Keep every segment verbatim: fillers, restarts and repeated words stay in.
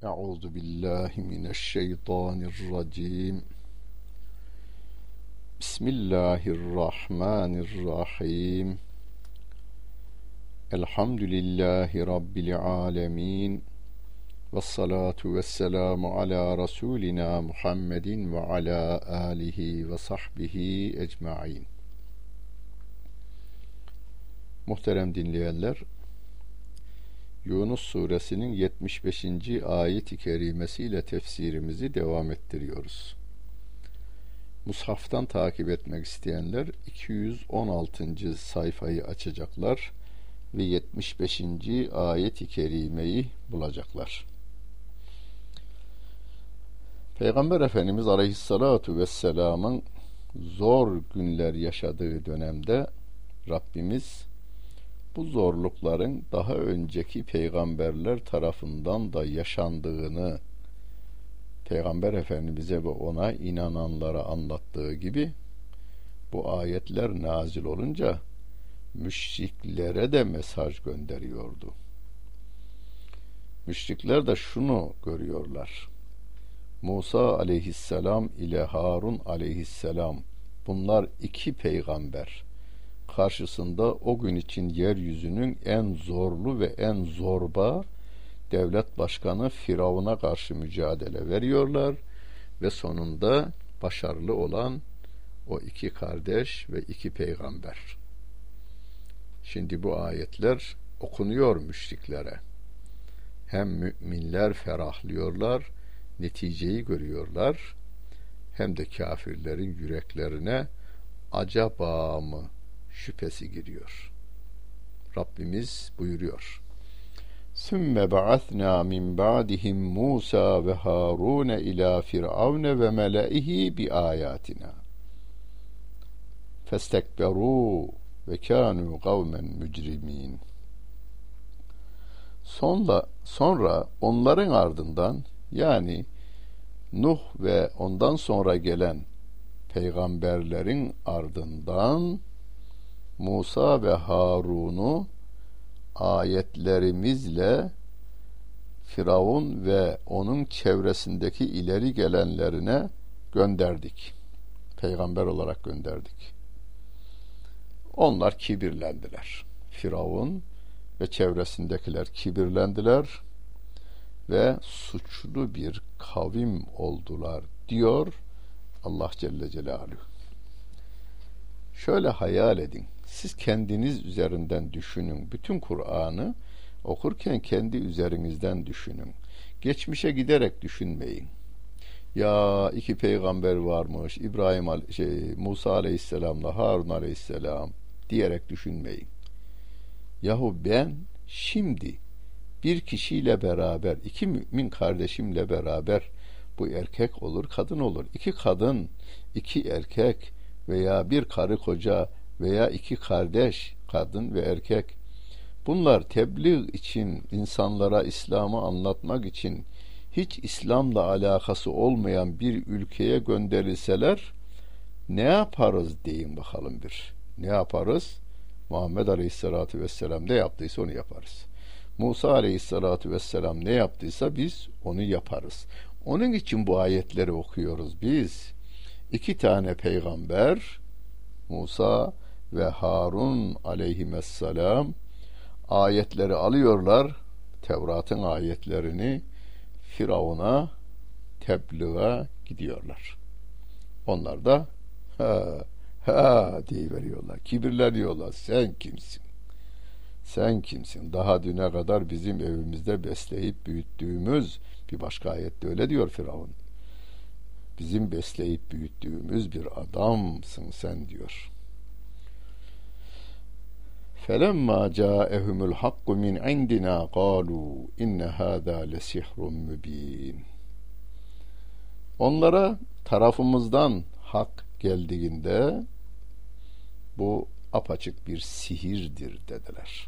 Euzu billahi mineşşeytanirracim. Bismillahirrahmanirrahim. Elhamdülillahi Rabbil alemin. Vessalatu vesselamu ala Resulina Muhammedin ve ala alihi ve sahbihi ecmain. Muhterem dinleyenler, Yunus suresinin yetmiş beşinci ayet-i kerimesiyle tefsirimizi devam ettiriyoruz. Mushaftan takip etmek isteyenler iki yüz on altıncı sayfayı açacaklar ve yetmiş beşinci ayet-i kerimeyi bulacaklar. Peygamber Efendimiz Aleyhissalatu vesselam'ın zor günler yaşadığı dönemde Rabbimiz bu zorlukların daha önceki peygamberler tarafından da yaşandığını Peygamber Efendimiz'e ve ona inananlara anlattığı gibi bu ayetler nazil olunca müşriklere de mesaj gönderiyordu. Müşrikler de şunu görüyorlar: Musa aleyhisselam ile Harun aleyhisselam, bunlar iki peygamber. Karşısında o gün için yeryüzünün en zorlu ve en zorba devlet başkanı Firavun'a karşı mücadele veriyorlar ve sonunda başarılı olan o iki kardeş ve iki peygamber. Şimdi bu ayetler okunuyor müşriklere. Hem müminler ferahlıyorlar, neticeyi görüyorlar, hem de kafirlerin yüreklerine acaba mı şüphesi giriyor. Rabbimiz buyuruyor: Sümme ba'athna min ba'dihim Musa ve Harun ila Firavun ve melaihi bi ayatina festekberu ve kanu kavmen mücrimin. Sonra, sonra onların ardından, yani Nuh ve ondan sonra gelen peygamberlerin ardından Musa ve Harun'u ayetlerimizle Firavun ve onun çevresindeki ileri gelenlerine gönderdik. Peygamber olarak gönderdik. Onlar kibirlendiler. Firavun ve çevresindekiler kibirlendiler ve suçlu bir kavim oldular diyor Allah Celle Celaluhu. Şöyle hayal edin. Siz kendiniz üzerinden düşünün. Bütün Kur'an'ı okurken kendi üzerinizden düşünün. Geçmişe giderek düşünmeyin. Ya iki peygamber varmış, İbrahim şey, Musa Aleyhisselam'la Harun Aleyhisselam diyerek düşünmeyin. Yahu ben şimdi bir kişiyle beraber, iki mümin kardeşimle beraber, bu erkek olur, kadın olur. İki kadın, iki erkek veya bir karı koca veya iki kardeş, kadın ve erkek, bunlar tebliğ için, insanlara İslam'ı anlatmak için hiç İslam'la alakası olmayan bir ülkeye gönderilseler ne yaparız deyin bakalım bir. Ne yaparız? Muhammed Aleyhisselatü Vesselam ne yaptıysa onu yaparız. Musa Aleyhisselatü Vesselam ne yaptıysa biz onu yaparız. Onun için bu ayetleri okuyoruz biz. İki tane peygamber, Musa ve Harun aleyhisselam, ayetleri alıyorlar, Tevrat'ın ayetlerini Firavun'a tebliğe gidiyorlar. Onlar da ha ha diye veriyorlar, kibirleniyorlar. Sen kimsin? Sen kimsin? Daha düne kadar bizim evimizde besleyip büyüttüğümüz, bir başka ayette öyle diyor Firavun, bizim besleyip büyüttüğümüz bir adamsın sen diyor. فَلَمَّا جَاءَهُمُ الْحَقُّ مِنْ عِنْدِنَا قَالُوا اِنَّ هَذَا لَسِحْرٌ مُب۪ينٌ. Onlara tarafımızdan hak geldiğinde bu apaçık bir sihirdir dediler.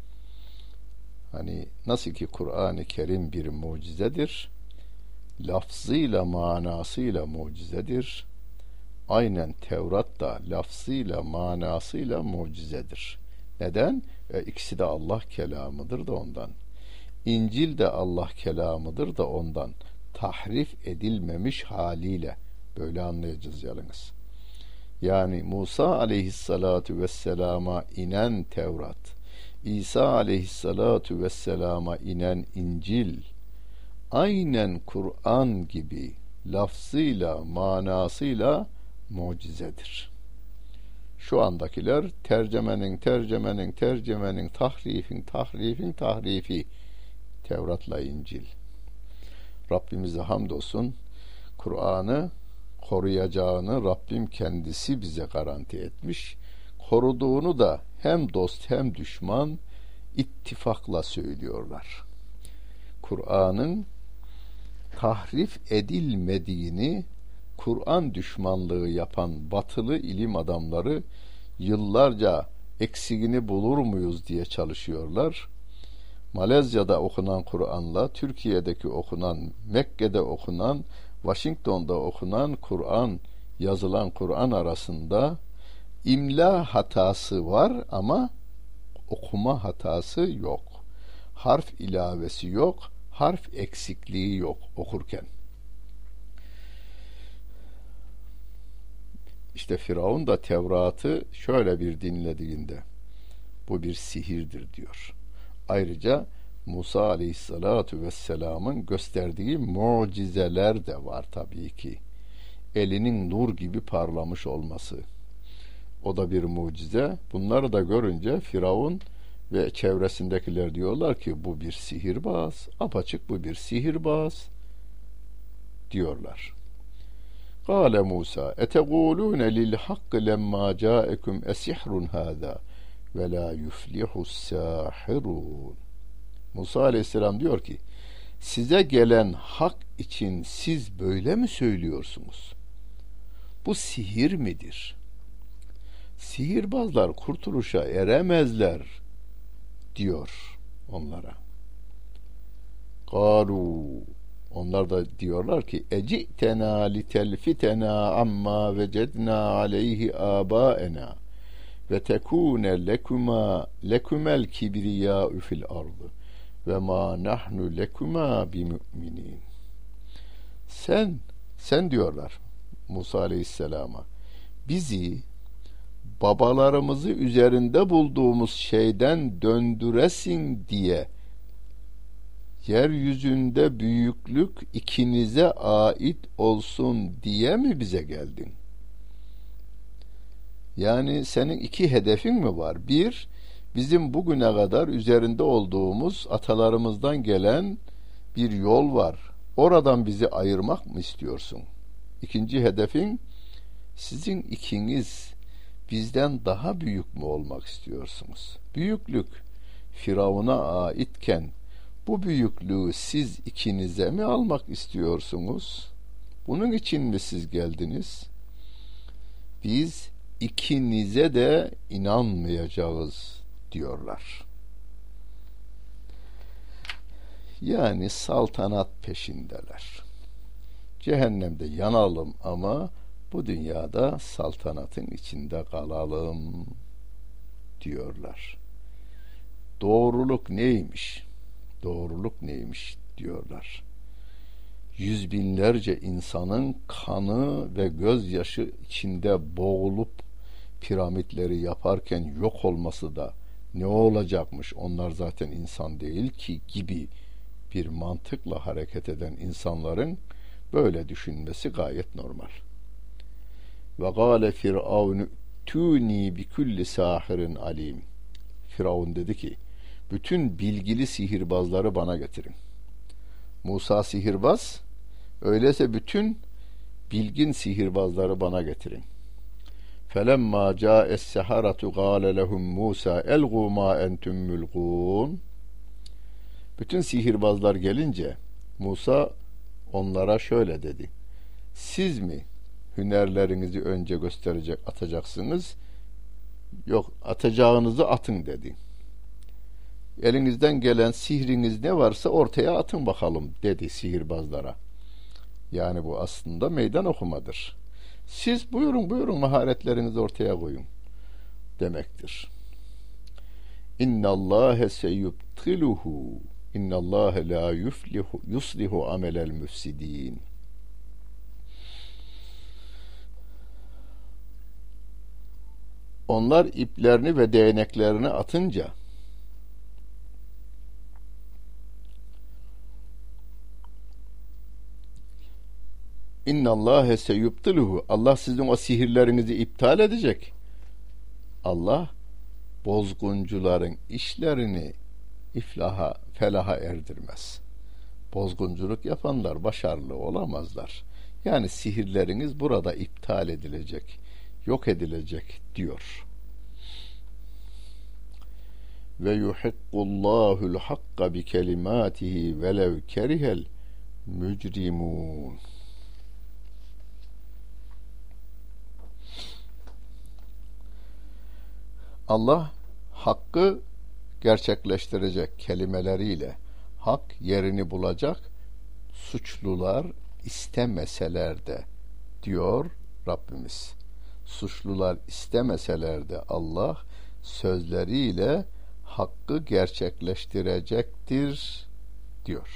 Hani nasıl ki Kur'an-ı Kerim bir mucizedir, lafzıyla manasıyla mucizedir, aynen Tevrat da lafzıyla manasıyla mucizedir. Neden? E, ikisi de Allah kelamıdır da ondan. İncil de Allah kelamıdır da ondan tahrif edilmemiş haliyle böyle anlayacağız yalnız. Yani Musa aleyhissalatu vesselama inen Tevrat, İsa aleyhissalatu vesselama inen İncil, aynen Kur'an gibi lafzıyla, manasıyla mucizedir. Şu andakiler tercemenin, tercemenin, tercemenin, tahrifin, tahrifin, tahrifi Tevrat'la İncil. Rabbimize hamdolsun, Kur'an'ı koruyacağını Rabbim kendisi bize garanti etmiş. Koruduğunu da hem dost hem düşman ittifakla söylüyorlar. Kur'an'ın tahrif edilmediğini Kur'an düşmanlığı yapan batılı ilim adamları yıllarca eksiğini bulur muyuz diye çalışıyorlar. Malezya'da okunan Kur'an'la Türkiye'deki okunan, Mekke'de okunan, Washington'da okunan Kur'an, yazılan Kur'an arasında imla hatası var ama okuma hatası yok. Harf ilavesi yok, harf eksikliği yok okurken. İşte Firavun da Tevrat'ı şöyle bir dinlediğinde bu bir sihirdir diyor. Ayrıca Musa aleyhissalatu vesselamın gösterdiği mucizeler de var tabii ki. Elinin nur gibi parlamış olması. O da bir mucize. Bunları da görünce Firavun ve çevresindekiler diyorlar ki bu bir sihirbaz. Apaçık bu bir sihirbaz diyorlar. Kâle Musa etegûlûne lil hakkı lemmâ câekum esihrun hâzâ ve lâ yuflihus sâhirûn. Musa aleyhisselam diyor ki size gelen hak için siz böyle mi söylüyorsunuz? Bu sihir midir? Sihirbazlar kurtuluşa eremezler diyor onlara. Kâlû, onlar da diyorlar ki eci'tena litelfitena amma vecedna aleyhi âbâena ve tekûne lekuma lekumel kibriyâ'u fil ardı ve ma nahnu lekuma bimü'minin. Sen, sen diyorlar Musa aleyhisselama, bizi babalarımızı üzerinde bulduğumuz şeyden döndüresin diye yeryüzünde büyüklük ikinize ait olsun diye mi bize geldin? Yani senin iki hedefin mi var? Bir, bizim bugüne kadar üzerinde olduğumuz atalarımızdan gelen bir yol var. Oradan bizi ayırmak mı istiyorsun? İkinci hedefin, sizin ikiniz bizden daha büyük mü olmak istiyorsunuz? Büyüklük Firavun'a aitken bu büyüklüğü siz ikinize mi almak istiyorsunuz? Bunun için mi siz geldiniz? Biz ikinize de inanmayacağız diyorlar. Yani saltanat peşindeler. Cehennemde yanalım ama bu dünyada saltanatın içinde kalalım diyorlar. Doğruluk neymiş? Doğruluk neymiş diyorlar. Yüz binlerce insanın kanı ve gözyaşı içinde boğulup piramitleri yaparken yok olması da ne olacakmış, onlar zaten insan değil ki gibi bir mantıkla hareket eden insanların böyle düşünmesi gayet normal. Ve gâle firavun tûni bi kulli sâhirin alim. Firavun dedi ki bütün bilgili sihirbazları bana getirin. Musa sihirbaz, öyleyse bütün bilgin sihirbazları bana getirin. فَلَمَّا جَاءَ السَّحَرَةُ قَالَ لَهُمْ مُوسَى اَلْغُوا مَا اَنْتُمْ مُلْقُونَ. Bütün sihirbazlar gelince Musa onlara şöyle dedi: siz mi hünerlerinizi önce gösterecek, atacaksınız? Yok, atacağınızı atın dedi. Elinizden gelen sihriniz ne varsa ortaya atın bakalım dedi sihirbazlara. Yani bu aslında meydan okumadır. Siz buyurun buyurun maharetlerinizi ortaya koyun demektir. İnnallâhe seyubtiluhu. İnnallâhe lâ yuflihu yuslihu amelel müfsidîn. Onlar iplerini ve değneklerini atınca İnnallâhe seyubtiluhu, Allah sizin o sihirlerinizi iptal edecek. Allah bozguncuların işlerini iflaha, felaha erdirmez. Bozgunculuk yapanlar başarılı olamazlar. Yani sihirleriniz burada iptal edilecek, yok edilecek diyor. Ve yuhikkullâhu'l hakka bi kelimâtihi velev kerihel mücrimun. Allah hakkı gerçekleştirecek kelimeleriyle, hak yerini bulacak, suçlular istemeseler de diyor Rabbimiz. Suçlular istemeseler de Allah sözleriyle hakkı gerçekleştirecektir diyor.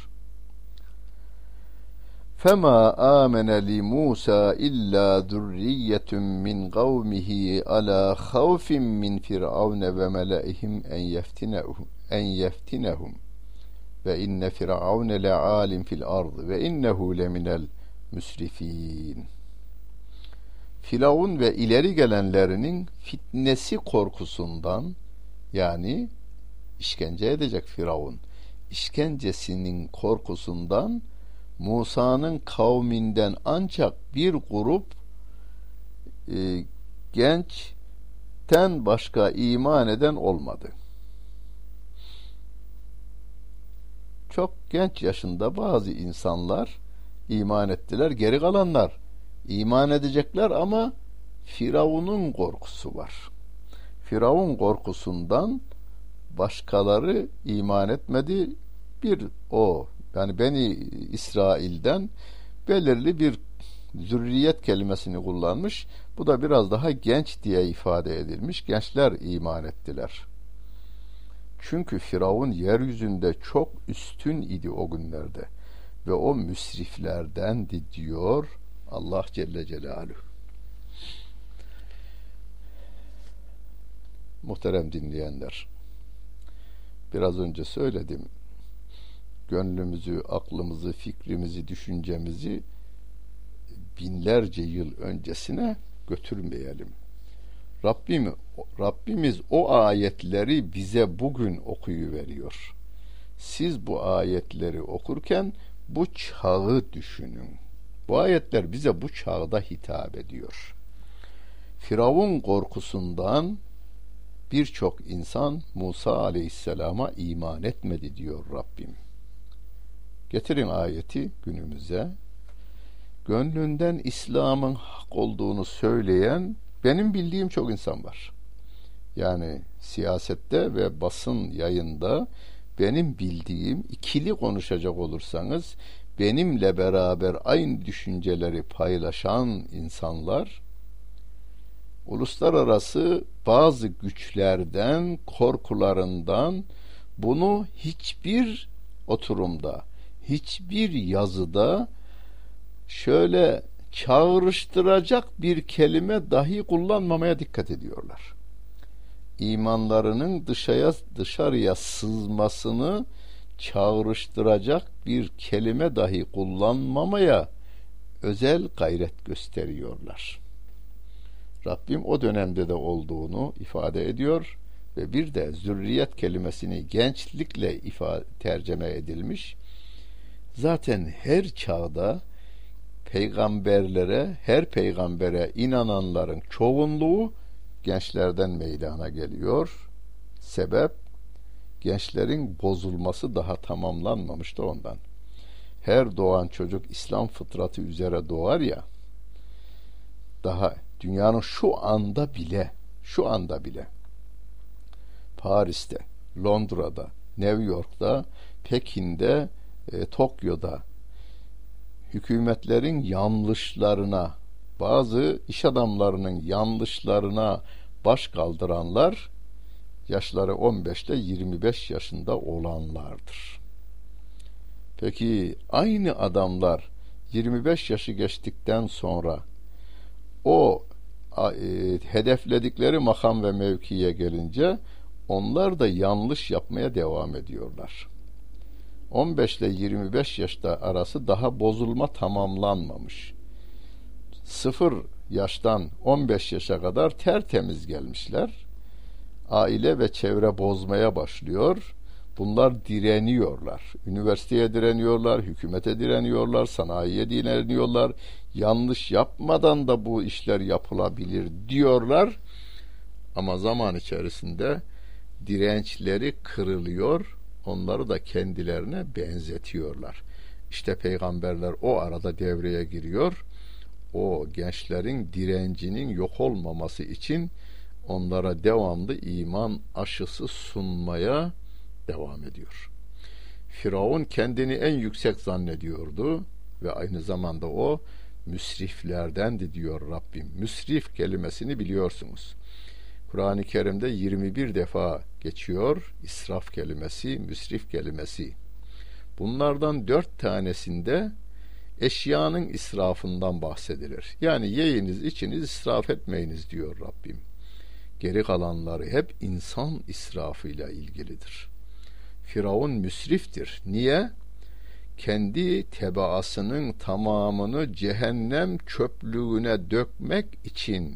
فَمَا آمَنَ لِمُوسَى إِلَّا ذُرِّيَّةٌ مِّنْ قَوْمِهِ عَلَى خَوْفٍ مِّنْ فِرْعَوْنَ وَمَلَئِهِمْ أَنْ يَفْتِنَهُمْ أَنْ يَفْتِنَهُمْ وَإِنَّ فِرْعَوْنَ لَعَالٍ فِي الْأَرْضِ وَإِنَّهُ لَمِنَ الْمُسْرِفِينَ. Firavun ve ileri gelenlerinin fitnesi korkusundan, yani işkence edecek Firavun, işkencesinin korkusundan Musa'nın kavminden ancak bir grup e, gençten başka iman eden olmadı. Çok genç yaşında bazı insanlar iman ettiler. Geri kalanlar iman edecekler ama Firavun'un korkusu var. Firavun korkusundan başkaları iman etmedi. Bir o, yani Beni İsrail'den belirli bir zürriyet kelimesini kullanmış. Bu da biraz daha genç diye ifade edilmiş. Gençler iman ettiler. Çünkü Firavun yeryüzünde çok üstün idi o günlerde ve o müsriflerdendi diyor Allah Celle Celaluhu. Muhterem dinleyenler, biraz önce söyledim. Gönlümüzü, aklımızı, fikrimizi, düşüncemizi binlerce yıl öncesine götürmeyelim. Rabbim, Rabbimiz o ayetleri bize bugün okuyuveriyor. Siz bu ayetleri okurken bu çağı düşünün. Bu ayetler bize bu çağda hitap ediyor. Firavun korkusundan birçok insan Musa Aleyhisselam'a iman etmedi diyor Rabbim. Getirin ayeti günümüze. Gönlünden İslam'ın hak olduğunu söyleyen benim bildiğim çok insan var. Yani siyasette ve basın yayında benim bildiğim, ikili konuşacak olursanız benimle beraber aynı düşünceleri paylaşan insanlar uluslararası bazı güçlerden, korkularından bunu hiçbir oturumda, hiçbir yazıda şöyle çağrıştıracak bir kelime dahi kullanmamaya dikkat ediyorlar. İmanlarının dışarıya, dışarıya sızmasını çağrıştıracak bir kelime dahi kullanmamaya özel gayret gösteriyorlar. Rabbim o dönemde de olduğunu ifade ediyor ve bir de zürriyet kelimesini gençlikle ifade, tercüme edilmiş. Zaten her çağda peygamberlere, her peygambere inananların çoğunluğu gençlerden meydana geliyor. Sebep, gençlerin bozulması daha tamamlanmamıştı ondan. Her doğan çocuk İslam fıtratı üzere doğar ya, daha dünyanın şu anda bile, şu anda bile Paris'te, Londra'da, New York'ta, Pekin'de, e, Tokyo'da hükümetlerin yanlışlarına, bazı iş adamlarının yanlışlarına baş kaldıranlar yaşları on beş ile yirmi beş yaşında olanlardır. Peki aynı adamlar yirmi beş yaşı geçtikten sonra o e, hedefledikleri makam ve mevkiye gelince onlar da yanlış yapmaya devam ediyorlar. on beş ile yirmi beş yaşta arası daha bozulma tamamlanmamış. sıfır yaştan on beş yaşa kadar tertemiz gelmişler. Aile ve çevre bozmaya başlıyor. Bunlar direniyorlar. Üniversiteye direniyorlar, hükümete direniyorlar, sanayiye direniyorlar. Yanlış yapmadan da bu işler yapılabilir diyorlar. Ama zaman içerisinde dirençleri kırılıyor. Onları da kendilerine benzetiyorlar. İşte peygamberler o arada devreye giriyor. O gençlerin direncinin yok olmaması için onlara devamlı iman aşısı sunmaya devam ediyor. Firavun kendini en yüksek zannediyordu ve aynı zamanda o müsriflerdendi diyor Rabbim. Müsrif kelimesini biliyorsunuz. Kur'an-ı Kerim'de yirmi bir defa geçiyor israf kelimesi, müsrif kelimesi. Bunlardan dört tanesinde eşyanın israfından bahsedilir. Yani yiyiniz, içiniz israf etmeyiniz diyor Rabbim. Geri kalanları hep insan israfıyla ilgilidir. Firavun müsriftir. Niye? Kendi tebaasının tamamını cehennem çöplüğüne dökmek için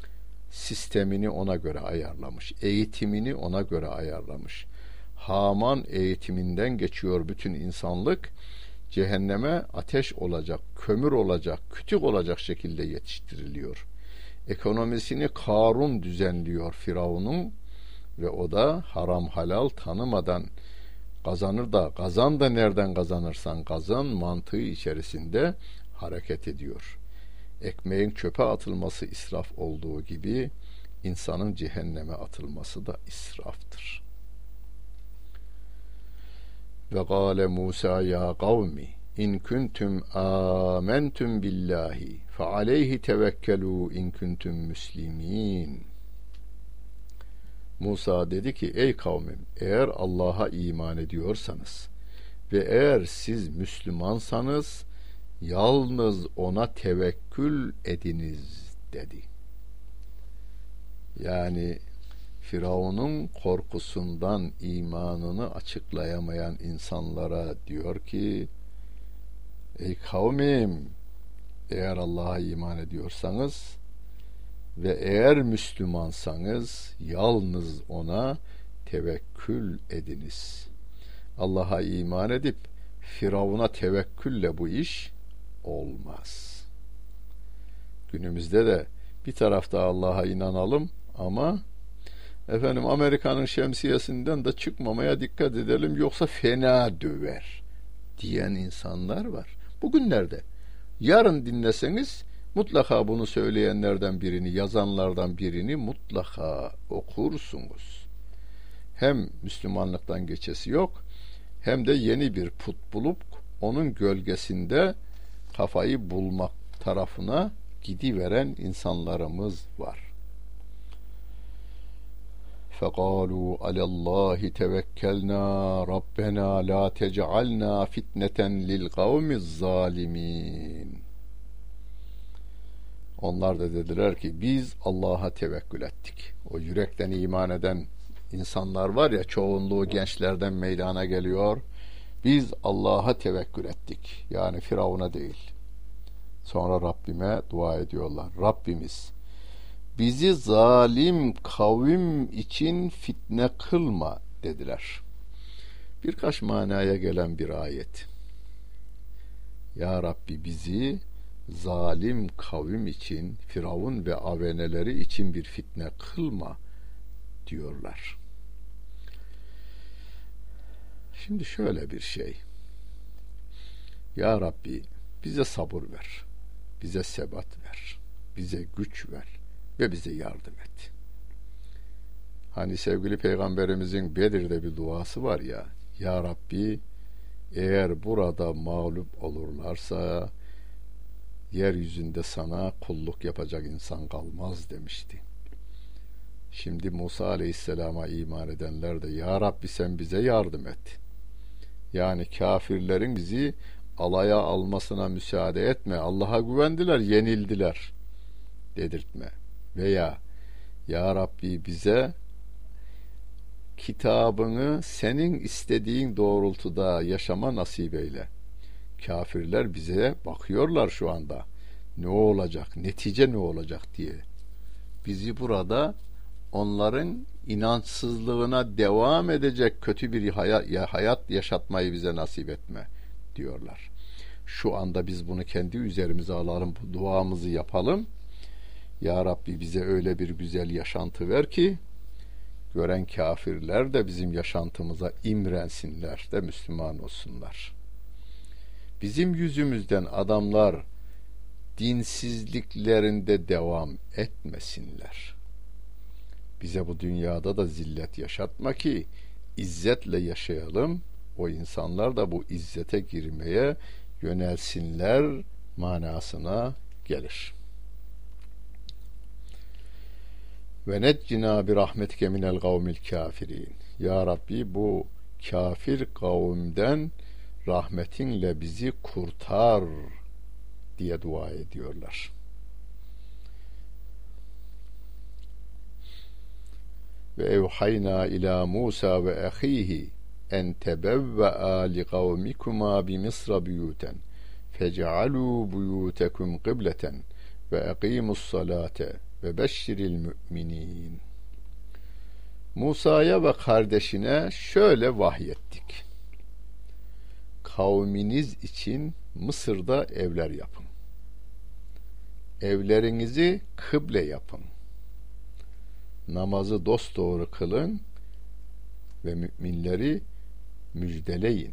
sistemini ona göre ayarlamış. Eğitimini ona göre ayarlamış. Haman eğitiminden geçiyor bütün insanlık. Cehenneme ateş olacak, kömür olacak, kütük olacak şekilde yetiştiriliyor. Ekonomisini Karun düzenliyor Firavun'un ve o da haram halal tanımadan kazanır da kazan da nereden kazanırsan kazan mantığı içerisinde hareket ediyor. Ekmeğin çöpe atılması israf olduğu gibi insanın cehenneme atılması da israftır. Ve gâle Musa ya kavmi in kuntum âmentum billahi fe aleyhi tevekkelû in kuntum müslimin. Musa dedi ki ey kavmim eğer Allah'a iman ediyorsanız ve eğer siz Müslümansanız yalnız ona tevekkül ediniz dedi. Yani Firavun'un korkusundan imanını açıklayamayan insanlara diyor ki ey kavmim eğer Allah'a iman ediyorsanız ve eğer Müslümansanız yalnız ona tevekkül ediniz. Allah'a iman edip Firavun'a tevekkülle bu iş olmaz. Günümüzde de bir tarafta Allah'a inanalım ama efendim Amerika'nın şemsiyesinden de çıkmamaya dikkat edelim yoksa fena döver diyen insanlar var. Bugünlerde yarın dinleseniz mutlaka bunu söyleyenlerden birini, yazanlardan birini mutlaka okursunuz. Hem Müslümanlıktan geçesi yok hem de yeni bir put bulup onun gölgesinde kafayı bulmak tarafına gidiveren insanlarımız var. فَقَالُوا عَلَى اللّٰهِ تَوَكَّلْنَا رَبَّنَا لَا تَجْعَلْنَا فِتْنَةً لِلْقَوْمِ الظَّالِمِينَ. Onlar da dediler ki biz Allah'a tevekkül ettik. O yürekten iman eden insanlar var ya, çoğunluğu gençlerden meydana geliyor. Biz Allah'a tevekkül ettik. Yani Firavun'a değil. Sonra Rabbime dua ediyorlar. Rabbimiz bizi zalim kavim için fitne kılma dediler. Birkaç manaya gelen bir ayet. Ya Rabbi bizi zalim kavim için, Firavun ve aveneleri için bir fitne kılma diyorlar. Şimdi şöyle bir şey. Ya Rabbi bize sabır ver, bize sebat ver, bize güç ver ve bize yardım et. Hani sevgili Peygamberimizin Bedir'de bir duası var ya, Ya Rabbi eğer burada mağlup olurlarsa yeryüzünde sana kulluk yapacak insan kalmaz demişti. Şimdi Musa Aleyhisselam'a iman edenler de Ya Rabbi sen bize yardım et. Yani kafirlerin bizi alaya almasına müsaade etme. Allah'a güvendiler, yenildiler dedirtme. Veya ya Rabbi bize kitabını senin istediğin doğrultuda yaşama nasip eyle. Kafirler bize bakıyorlar şu anda. Ne olacak, netice ne olacak diye. Bizi burada onların inançsızlığına devam edecek kötü bir hayat, hayat yaşatmayı bize nasip etme diyorlar. Şu anda biz bunu kendi üzerimize alalım, bu duamızı yapalım. Ya Rabbi bize öyle bir güzel yaşantı ver ki gören kafirler de bizim yaşantımıza imrensinler de Müslüman olsunlar. Bizim yüzümüzden adamlar dinsizliklerinde devam etmesinler. Bize bu dünyada da zillet yaşatma ki izzetle yaşayalım. O insanlar da bu izzete girmeye yönelsinler manasına gelir. Ve neccina bi rahmetike minel kavmil kafirin. Ya Rabbi bu kafir kavimden rahmetinle bizi kurtar diye dua ediyorlar. Ve evhayna ila Musa ve ahihi en tebevve'a li kavmikuma bi Misra buyuten fece'alû buyutekum kıbleten ve eqimus salate ve beşşiril müminin. Musa'ya ve kardeşine şöyle vahyettik. Kavminiz için Mısır'da evler yapın. Evlerinizi kıble yapın. Namazı dosdoğru kılın ve müminleri müjdeleyin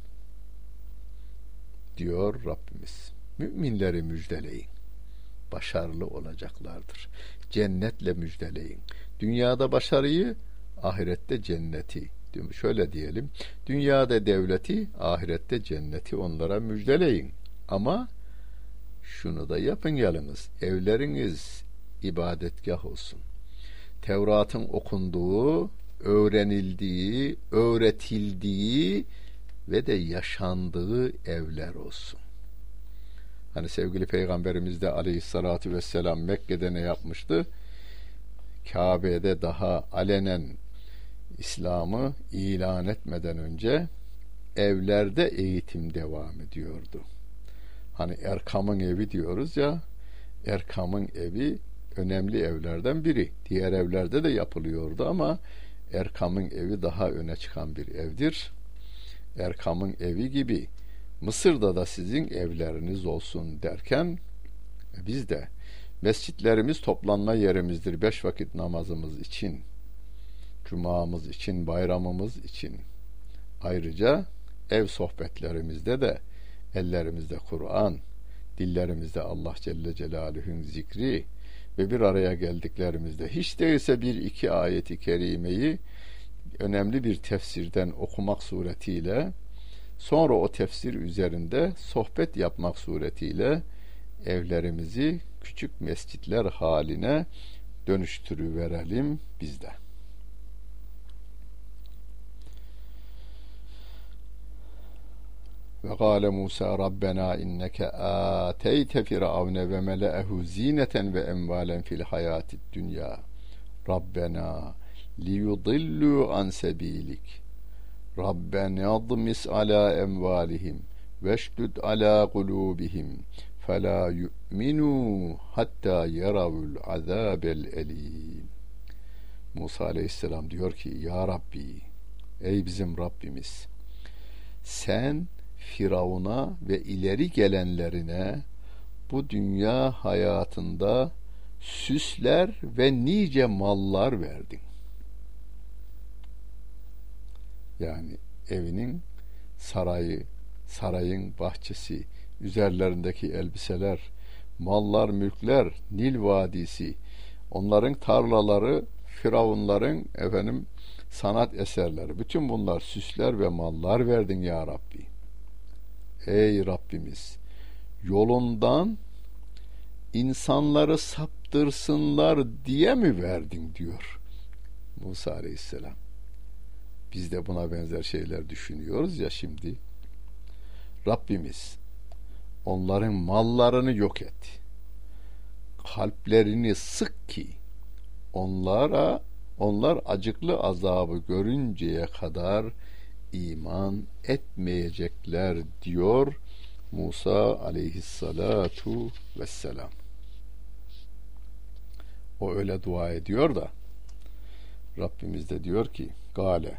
diyor Rabbimiz. Müminleri müjdeleyin. Başarılı olacaklardır. Cennetle müjdeleyin. Dünyada başarıyı, ahirette cenneti. Şöyle diyelim. Dünyada devleti, ahirette cenneti onlara müjdeleyin. Ama şunu da yapın yalnız. Evleriniz ibadetgah olsun. Tevrat'ın okunduğu, öğrenildiği, öğretildiği ve de yaşandığı evler olsun. Hani sevgili Peygamberimiz de aleyhissalatu vesselam Mekke'de ne yapmıştı? Kabe'de daha alenen İslam'ı ilan etmeden önce evlerde eğitim devam ediyordu. Hani Erkam'ın evi diyoruz ya, Erkam'ın evi önemli evlerden biri. Diğer evlerde de yapılıyordu ama Erkam'ın evi daha öne çıkan bir evdir. Erkam'ın evi gibi Mısır'da da sizin evleriniz olsun derken biz de mescitlerimiz toplanma yerimizdir. Beş vakit namazımız için, cumamız için, bayramımız için. Ayrıca ev sohbetlerimizde de ellerimizde Kur'an, dillerimizde Allah Celle Celaluhu'nun zikri ve bir araya geldiklerimizde hiç değilse bir iki ayeti kerimeyi önemli bir tefsirden okumak suretiyle, sonra o tefsir üzerinde sohbet yapmak suretiyle evlerimizi küçük mescitler haline dönüştürüverelim biz de. Ve gâle Musa Rabbena inneke âteyte firavne ve mele'ehu zîneten ve emvâlen fil hayâtid dünya. Rabbena liyudillu an sebîlik. Rabbena admis ala emvalihim veşdud ala kulubihim fela yu'minu hatta yaravul azabel elim. Musa aleyhisselam diyor ki ya Rabbi, ey bizim Rabbimiz, sen Firavun'a ve ileri gelenlerine bu dünya hayatında süsler ve nice mallar verdin. Yani evinin sarayı, sarayın bahçesi, üzerlerindeki elbiseler, mallar, mülkler, Nil Vadisi, onların tarlaları, Firavunların efendim sanat eserleri, bütün bunlar süsler ve mallar verdin ya Rabbi. Ey Rabbimiz, yolundan insanları saptırsınlar diye mi verdin diyor Musa Aleyhisselam. Biz de buna benzer şeyler düşünüyoruz ya şimdi. Rabbimiz onların mallarını yok et. Kalplerini sık ki onlara onlar acıklı azabı görünceye kadar iman etmeyecekler diyor Musa aleyhissalatu vesselam. O öyle dua ediyor da Rabbimiz de diyor ki Gale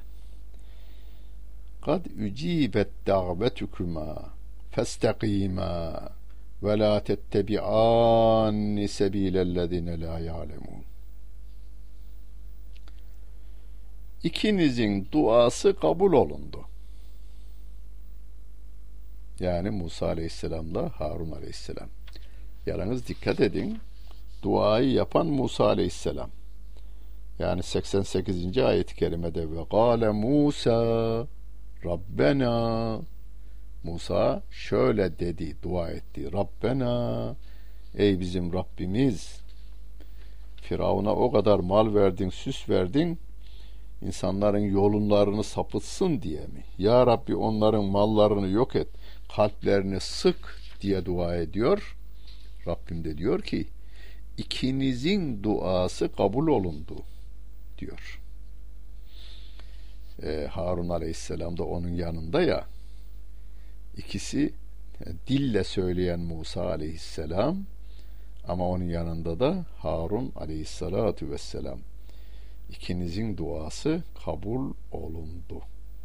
kad ücibet da'vetukuma festakima ve la tettebi'an sebilellezine la ya'lemun. İkinizin duası kabul olundu. Yani Musa aleyhisselamla Harun aleyhisselam. Yalnız dikkat edin, duayı yapan Musa aleyhisselam. Yani seksen sekizinci ayet-i kerimede ve gâle Musa Rabbena, Musa şöyle dedi, dua etti. Rabbena, ey bizim Rabbimiz, Firavun'a o kadar mal verdin, süs verdin, insanların yolunlarını sapıtsın diye mi? Ya Rabbi onların mallarını yok et, kalplerini sık diye dua ediyor. Rabbim de diyor ki ikinizin duası kabul olundu diyor. Ee, Harun aleyhisselam da onun yanında ya, ikisi dille söyleyen Musa aleyhisselam ama onun yanında da Harun aleyhissalatu vesselam. İkinizin duası kabul olundu.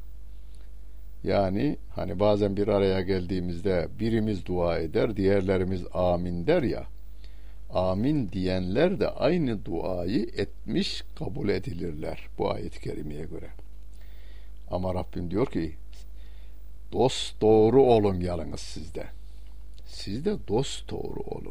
Yani hani bazen bir araya geldiğimizde birimiz dua eder, diğerlerimiz amin der ya. Amin diyenler de aynı duayı etmiş, kabul edilirler bu ayet-i kerimeye göre. Ama Rabbim diyor ki dost doğru olun yalnız sizde. Siz de dost doğru olun.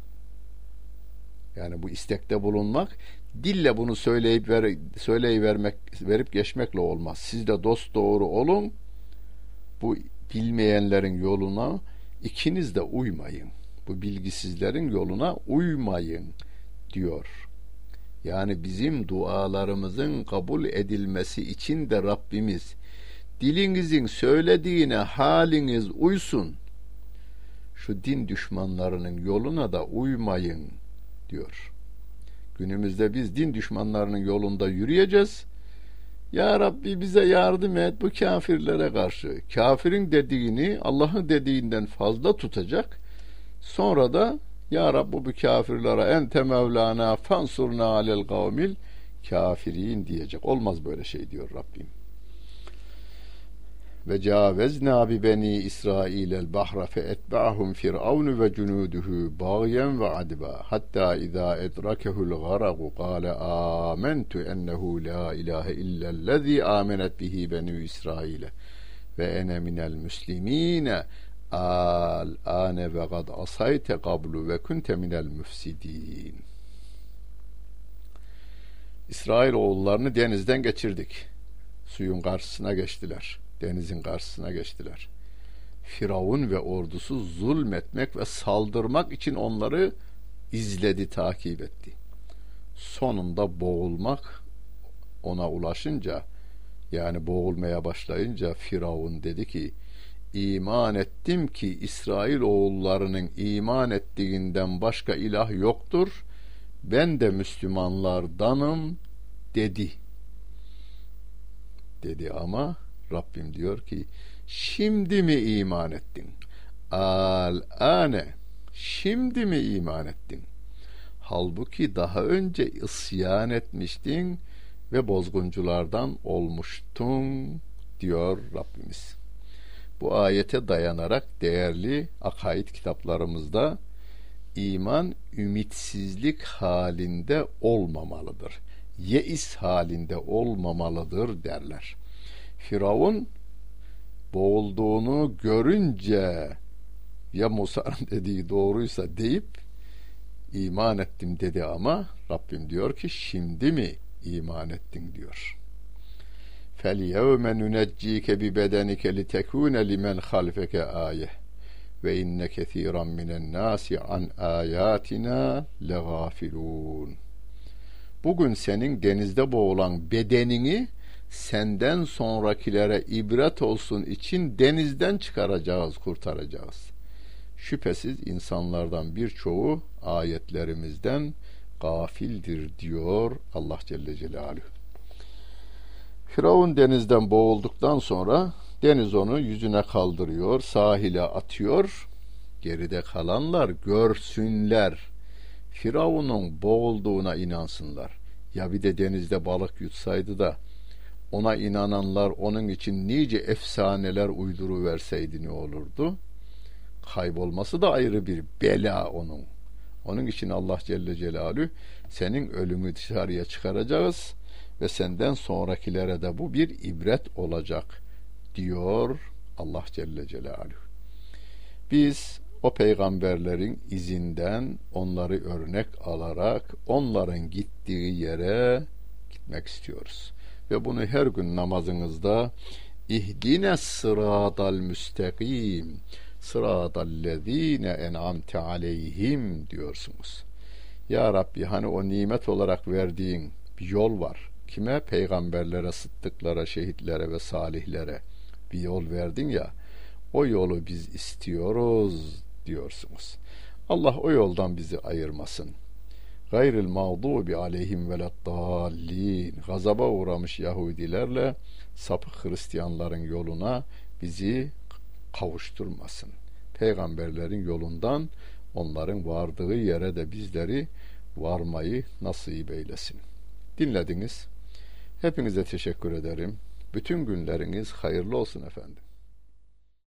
Yani bu istekte bulunmak, dille bunu söyleyip ver, söyleyivermek, verip geçmekle olmaz. Siz de dost doğru olun. Bu bilmeyenlerin yoluna ikiniz de uymayın. Bu bilgisizlerin yoluna uymayın diyor. Yani bizim dualarımızın kabul edilmesi için de Rabbimiz dilinizin söylediğine haliniz uysun. Şu din düşmanlarının yoluna da uymayın diyor. Günümüzde biz din düşmanlarının yolunda yürüyeceğiz. Ya Rabbi bize yardım et bu kafirlere karşı. Kafirin dediğini Allah'ın dediğinden fazla tutacak. Sonra da Ya Rabbi bu kafirlere ente mevlana fansurna alel kavmil kafirin diyecek. Olmaz böyle şey diyor Rabbim. Ve cavezna bi beni İsrail'el bahra fe etba'hum firavun ve cunuduhu bağyen ve adba hatta iza edrakehul garagu kâle âmentu ennehu la ilahe illellezî âmenet bihi beni İsrail'e ve ene minel müslimîne al ane ve kad asayte kablu ve kunte minel müfsidin. İsrail oğullarını denizden geçirdik. Suyun karşısına geçtiler. Denizin karşısına geçtiler. Firavun ve ordusu zulmetmek ve saldırmak için onları izledi, takip etti. Sonunda boğulmak ona ulaşınca, yani boğulmaya başlayınca Firavun dedi ki, İman ettim ki İsrail oğullarının iman ettiğinden başka ilah yoktur. Ben de Müslümanlardanım dedi. Dedi ama Rabbim diyor ki şimdi mi iman ettin? Al-ane, şimdi mi iman ettin? Halbuki daha önce isyan etmiştin ve bozgunculardan olmuştun diyor Rabbimiz. Bu ayete dayanarak değerli akaid kitaplarımızda iman ümitsizlik halinde olmamalıdır. Yeis halinde olmamalıdır derler. Firavun boğulduğunu görünce ya Musa'nın dediği doğruysa deyip iman ettim dedi ama Rabbim diyor ki şimdi mi iman ettin diyor. فَالْيَوْمَ نُنَجِّيكَ بِبَدَنِكَ لِتَكُونَ لِمَنْ خَلْفَكَ آيَةً وَإِنَّ كَثِيرًا مِنَ النَّاسِ عَنْ آيَاتِنَا لَغَافِلُونَ. Bugün senin denizde boğulan bedenini senden sonrakilere ibret olsun için denizden çıkaracağız, kurtaracağız. Şüphesiz insanlardan birçoğu ayetlerimizden gafildir diyor Allah Celle Celaluhu. Firavun denizden boğulduktan sonra deniz onu yüzüne kaldırıyor, sahile atıyor. Geride kalanlar görsünler, Firavun'un boğulduğuna inansınlar. Ya bir de denizde balık yutsaydı da ona inananlar onun için nice efsaneler uyduruverseydi ne olurdu? Kaybolması da ayrı bir bela onun. Onun için Allah Celle Celaluhu senin ölümü dışarıya çıkaracağız ve senden sonrakilere de bu bir ibret olacak diyor Allah Celle Celaluhu. Biz o peygamberlerin izinden onları örnek alarak onların gittiği yere gitmek istiyoruz. Ve bunu her gün namazınızda ihdine sıratal müstakim sıratallezine en'amte aleyhim diyorsunuz. Ya Rabbi, hani o nimet olarak verdiğin bir yol var. Kime? Peygamberlere, sıddıklara, şehitlere ve salihlere bir yol verdin ya, o yolu biz istiyoruz diyorsunuz. Allah o yoldan bizi ayırmasın. Gayril mağdubi aleyhim veleddallin. Gazaba uğramış Yahudilerle sapık Hristiyanların yoluna bizi kavuşturmasın. Peygamberlerin yolundan onların vardığı yere de bizleri varmayı nasip eylesin. Dinlediniz. Hepinize teşekkür ederim. Bütün günleriniz hayırlı olsun efendim.